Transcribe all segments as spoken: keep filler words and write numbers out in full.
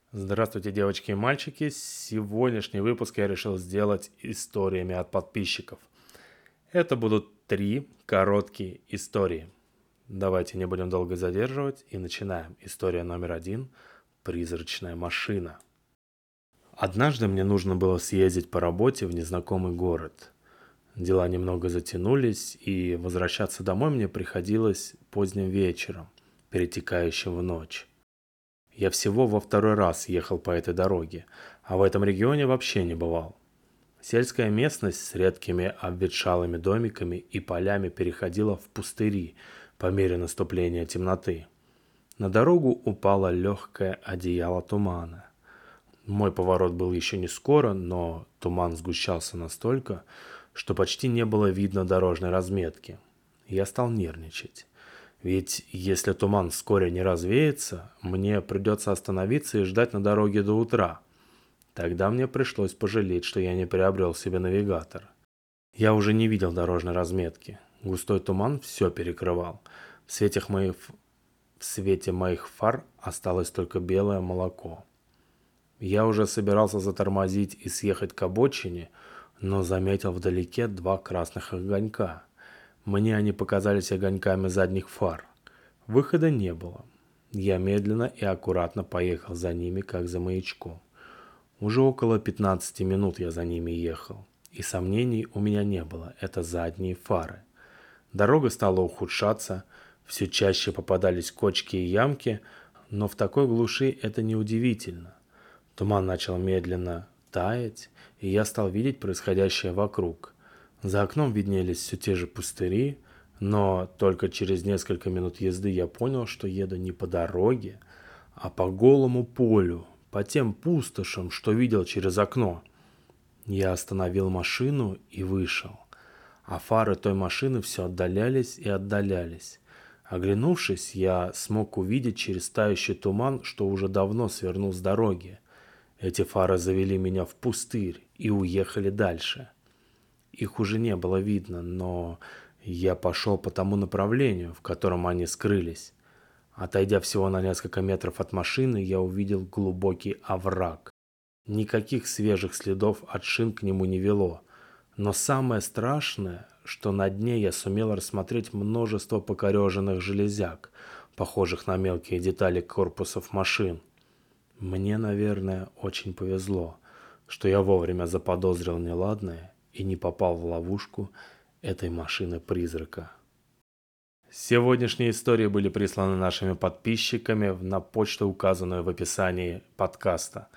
Здравствуйте, девочки и мальчики. Сегодняшний выпуск я решил сделать историями от подписчиков. Это будут три короткие истории. Давайте не будем долго задерживать и начинаем. История номер один. Призрачная машина. Однажды мне нужно было съездить по работе в незнакомый город. Дела немного затянулись, и возвращаться домой мне приходилось поздним вечером, перетекающим в ночь. Я всего во второй раз ехал по этой дороге, а в этом регионе вообще не бывал. Сельская местность с редкими обветшалыми домиками и полями переходила в пустыри по мере наступления темноты. На дорогу упало легкое одеяло тумана. Мой поворот был еще не скоро, но туман сгущался настолько, что почти не было видно дорожной разметки. Я стал нервничать. Ведь если туман вскоре не развеется, мне придется остановиться и ждать на дороге до утра. Тогда мне пришлось пожалеть, что я не приобрел себе навигатор. Я уже не видел дорожной разметки. Густой туман все перекрывал. В свете моих, в свете моих фар осталось только белое молоко. Я уже собирался затормозить и съехать к обочине, но заметил вдалеке два красных огонька. Мне они показались огоньками задних фар. Выхода не было. Я медленно и аккуратно поехал за ними, как за маячком. Уже около пятнадцати минут я за ними ехал. И сомнений у меня не было. Это задние фары. Дорога стала ухудшаться. Все чаще попадались кочки и ямки. Но в такой глуши это неудивительно. Туман начал медленно таять, и я стал видеть происходящее вокруг. За окном виднелись все те же пустыри, но только через несколько минут езды я понял, что еду не по дороге, а по голому полю, по тем пустошам, что видел через окно. Я остановил машину и вышел, а фары той машины все отдалялись и отдалялись. Оглянувшись, я смог увидеть через тающий туман, что уже давно свернул с дороги. Эти фары завели меня в пустырь и уехали дальше. Их уже не было видно, но я пошел по тому направлению, в котором они скрылись. Отойдя всего на несколько метров от машины, я увидел глубокий овраг. Никаких свежих следов от шин к нему не вело. Но самое страшное, что на дне я сумел рассмотреть множество покореженных железяк, похожих на мелкие детали корпусов машин. Мне, наверное, очень повезло, что я вовремя заподозрил неладное и не попал в ловушку этой машины-призрака. Сегодняшние истории были присланы нашими подписчиками на почту, указанную в описании подкаста.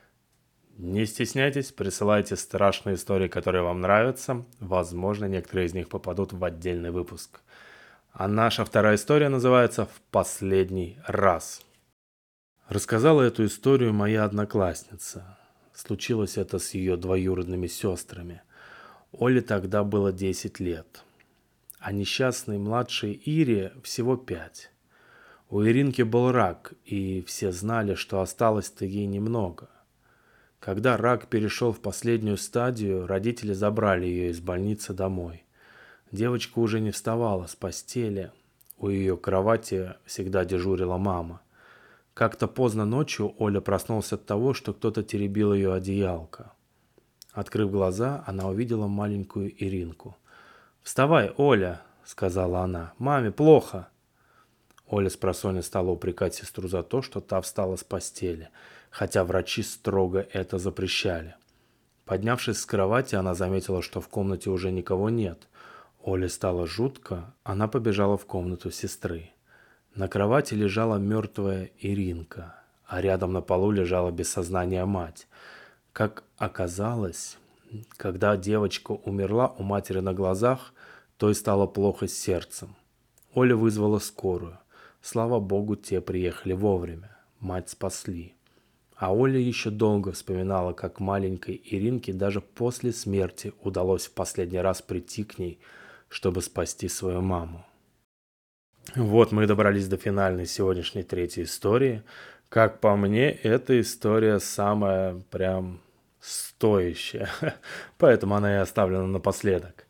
Не стесняйтесь, присылайте страшные истории, которые вам нравятся. Возможно, некоторые из них попадут в отдельный выпуск. А наша вторая история называется «В последний раз». Рассказала эту историю моя одноклассница. Случилось это с ее двоюродными сестрами. Оле тогда было десять лет, а несчастной младшей Ире всего пять. У Иринки был рак, и все знали, что осталось-то ей немного. Когда рак перешел в последнюю стадию, родители забрали ее из больницы домой. Девочка уже не вставала с постели. У ее кровати всегда дежурила мама. Как-то поздно ночью Оля проснулась от того, что кто-то теребил ее одеялко. Открыв глаза, она увидела маленькую Иринку. «Вставай, Оля!» — сказала она. «Маме плохо!» Оля спросонья стала упрекать сестру за то, что та встала с постели, хотя врачи строго это запрещали. Поднявшись с кровати, она заметила, что в комнате уже никого нет. Оле стало жутко, она побежала в комнату сестры. На кровати лежала мертвая Иринка, а рядом на полу лежала без сознания мать. Как оказалось, когда девочка умерла у матери на глазах, той стало плохо с сердцем. Оля вызвала скорую. Слава богу, те приехали вовремя. Мать спасли. А Оля еще долго вспоминала, как маленькой Иринке даже после смерти удалось в последний раз прийти к ней, чтобы спасти свою маму. Вот мы и добрались до финальной сегодняшней третьей истории. Как по мне, эта история самая прям стоящая, поэтому она и оставлена напоследок.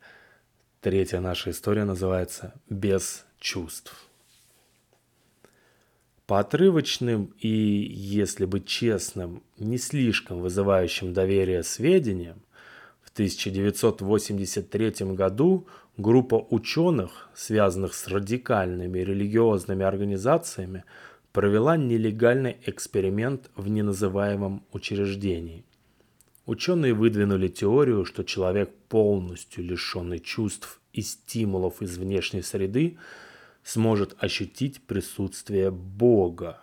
Третья наша история называется «Без чувств». По отрывочным и, если быть честным, не слишком вызывающим доверие сведениям, в тысяча девятьсот восемьдесят третьем году группа ученых, связанных с радикальными религиозными организациями, провела нелегальный эксперимент в неназываемом учреждении. Ученые выдвинули теорию, что человек, полностью лишенный чувств и стимулов из внешней среды, сможет ощутить присутствие Бога.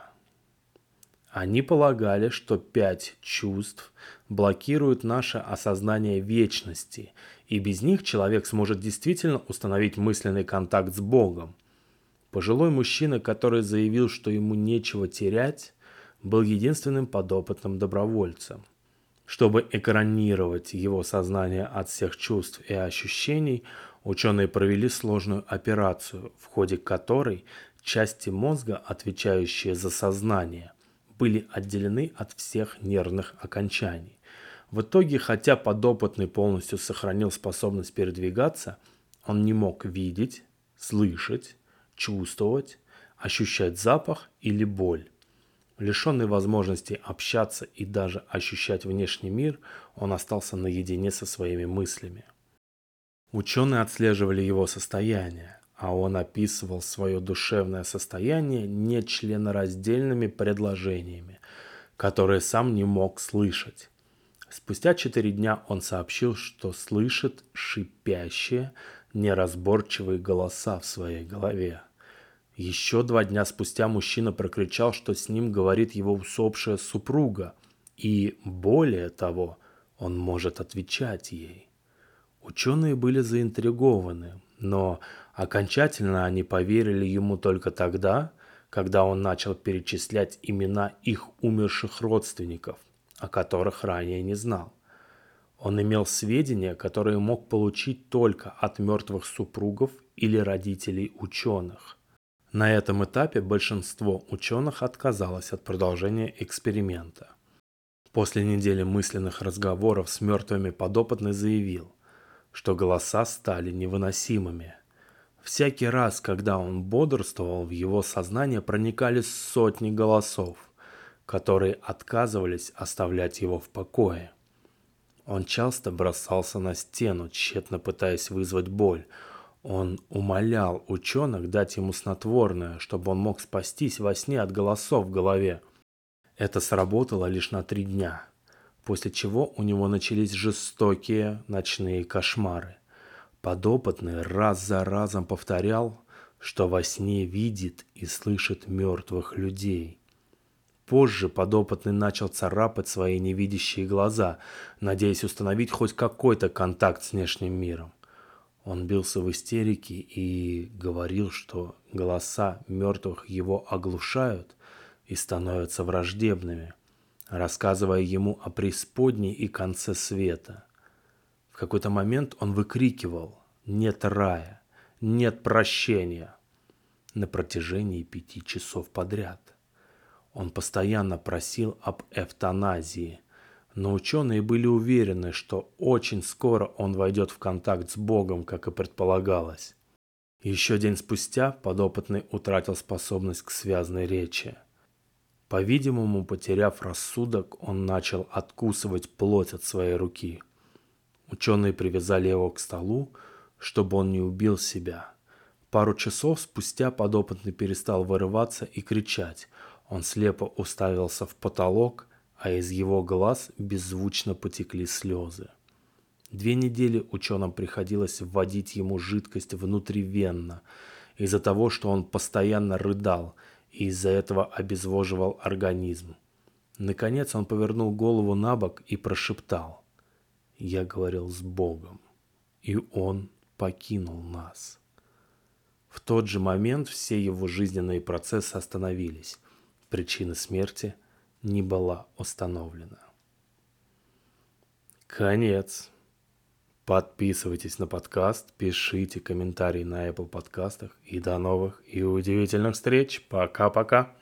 Они полагали, что пять чувств блокируют наше осознание вечности, и без них человек сможет действительно установить мысленный контакт с Богом. Пожилой мужчина, который заявил, что ему нечего терять, был единственным подопытным добровольцем. Чтобы экранировать его сознание от всех чувств и ощущений, ученые провели сложную операцию, в ходе которой части мозга, отвечающие за сознание, были отделены от всех нервных окончаний. В итоге, хотя подопытный полностью сохранил способность передвигаться, он не мог видеть, слышать, чувствовать, ощущать запах или боль. Лишенный возможности общаться и даже ощущать внешний мир, он остался наедине со своими мыслями. Ученые отслеживали его состояние, а он описывал свое душевное состояние нечленораздельными предложениями, которые сам не мог слышать. Спустя четыре дня он сообщил, что слышит шипящие, неразборчивые голоса в своей голове. Еще два дня спустя мужчина прокричал, что с ним говорит его усопшая супруга, и, более того, он может отвечать ей. Ученые были заинтригованы, но окончательно они поверили ему только тогда, когда он начал перечислять имена их умерших родственников, о которых ранее не знал. Он имел сведения, которые мог получить только от мертвых супругов или родителей ученых. На этом этапе большинство ученых отказалось от продолжения эксперимента. После недели мысленных разговоров с мертвыми подопытный заявил, что голоса стали невыносимыми. Всякий раз, когда он бодрствовал, в его сознание проникали сотни голосов, которые отказывались оставлять его в покое. Он часто бросался на стену, тщетно пытаясь вызвать боль. Он умолял ученых дать ему снотворное, чтобы он мог спастись во сне от голосов в голове. Это сработало лишь на три дня, после чего у него начались жестокие ночные кошмары. Подопытный раз за разом повторял, что во сне видит и слышит мертвых людей. Позже подопытный начал царапать свои невидящие глаза, надеясь установить хоть какой-то контакт с внешним миром. Он бился в истерике и говорил, что голоса мертвых его оглушают и становятся враждебными, рассказывая ему о преисподней и конце света. В какой-то момент он выкрикивал «Нет рая! Нет прощения!» на протяжении пяти часов подряд. Он постоянно просил об эвтаназии, но ученые были уверены, что очень скоро он войдет в контакт с Богом, как и предполагалось. Еще день спустя подопытный утратил способность к связной речи. По-видимому, потеряв рассудок, он начал откусывать плоть от своей руки. Ученые привязали его к столу, чтобы он не убил себя. Пару часов спустя подопытный перестал вырываться и кричать. Он слепо уставился в потолок, а из его глаз беззвучно потекли слезы. Две недели ученым приходилось вводить ему жидкость внутривенно, из-за того, что он постоянно рыдал и из-за этого обезвоживал организм. Наконец он повернул голову на бок и прошептал: «Я говорил с Богом, и Он покинул нас». В тот же момент все его жизненные процессы остановились. Причина смерти не была установлена. Конец. Подписывайтесь на подкаст, пишите комментарии на Apple подкастах и до новых и удивительных встреч. Пока-пока.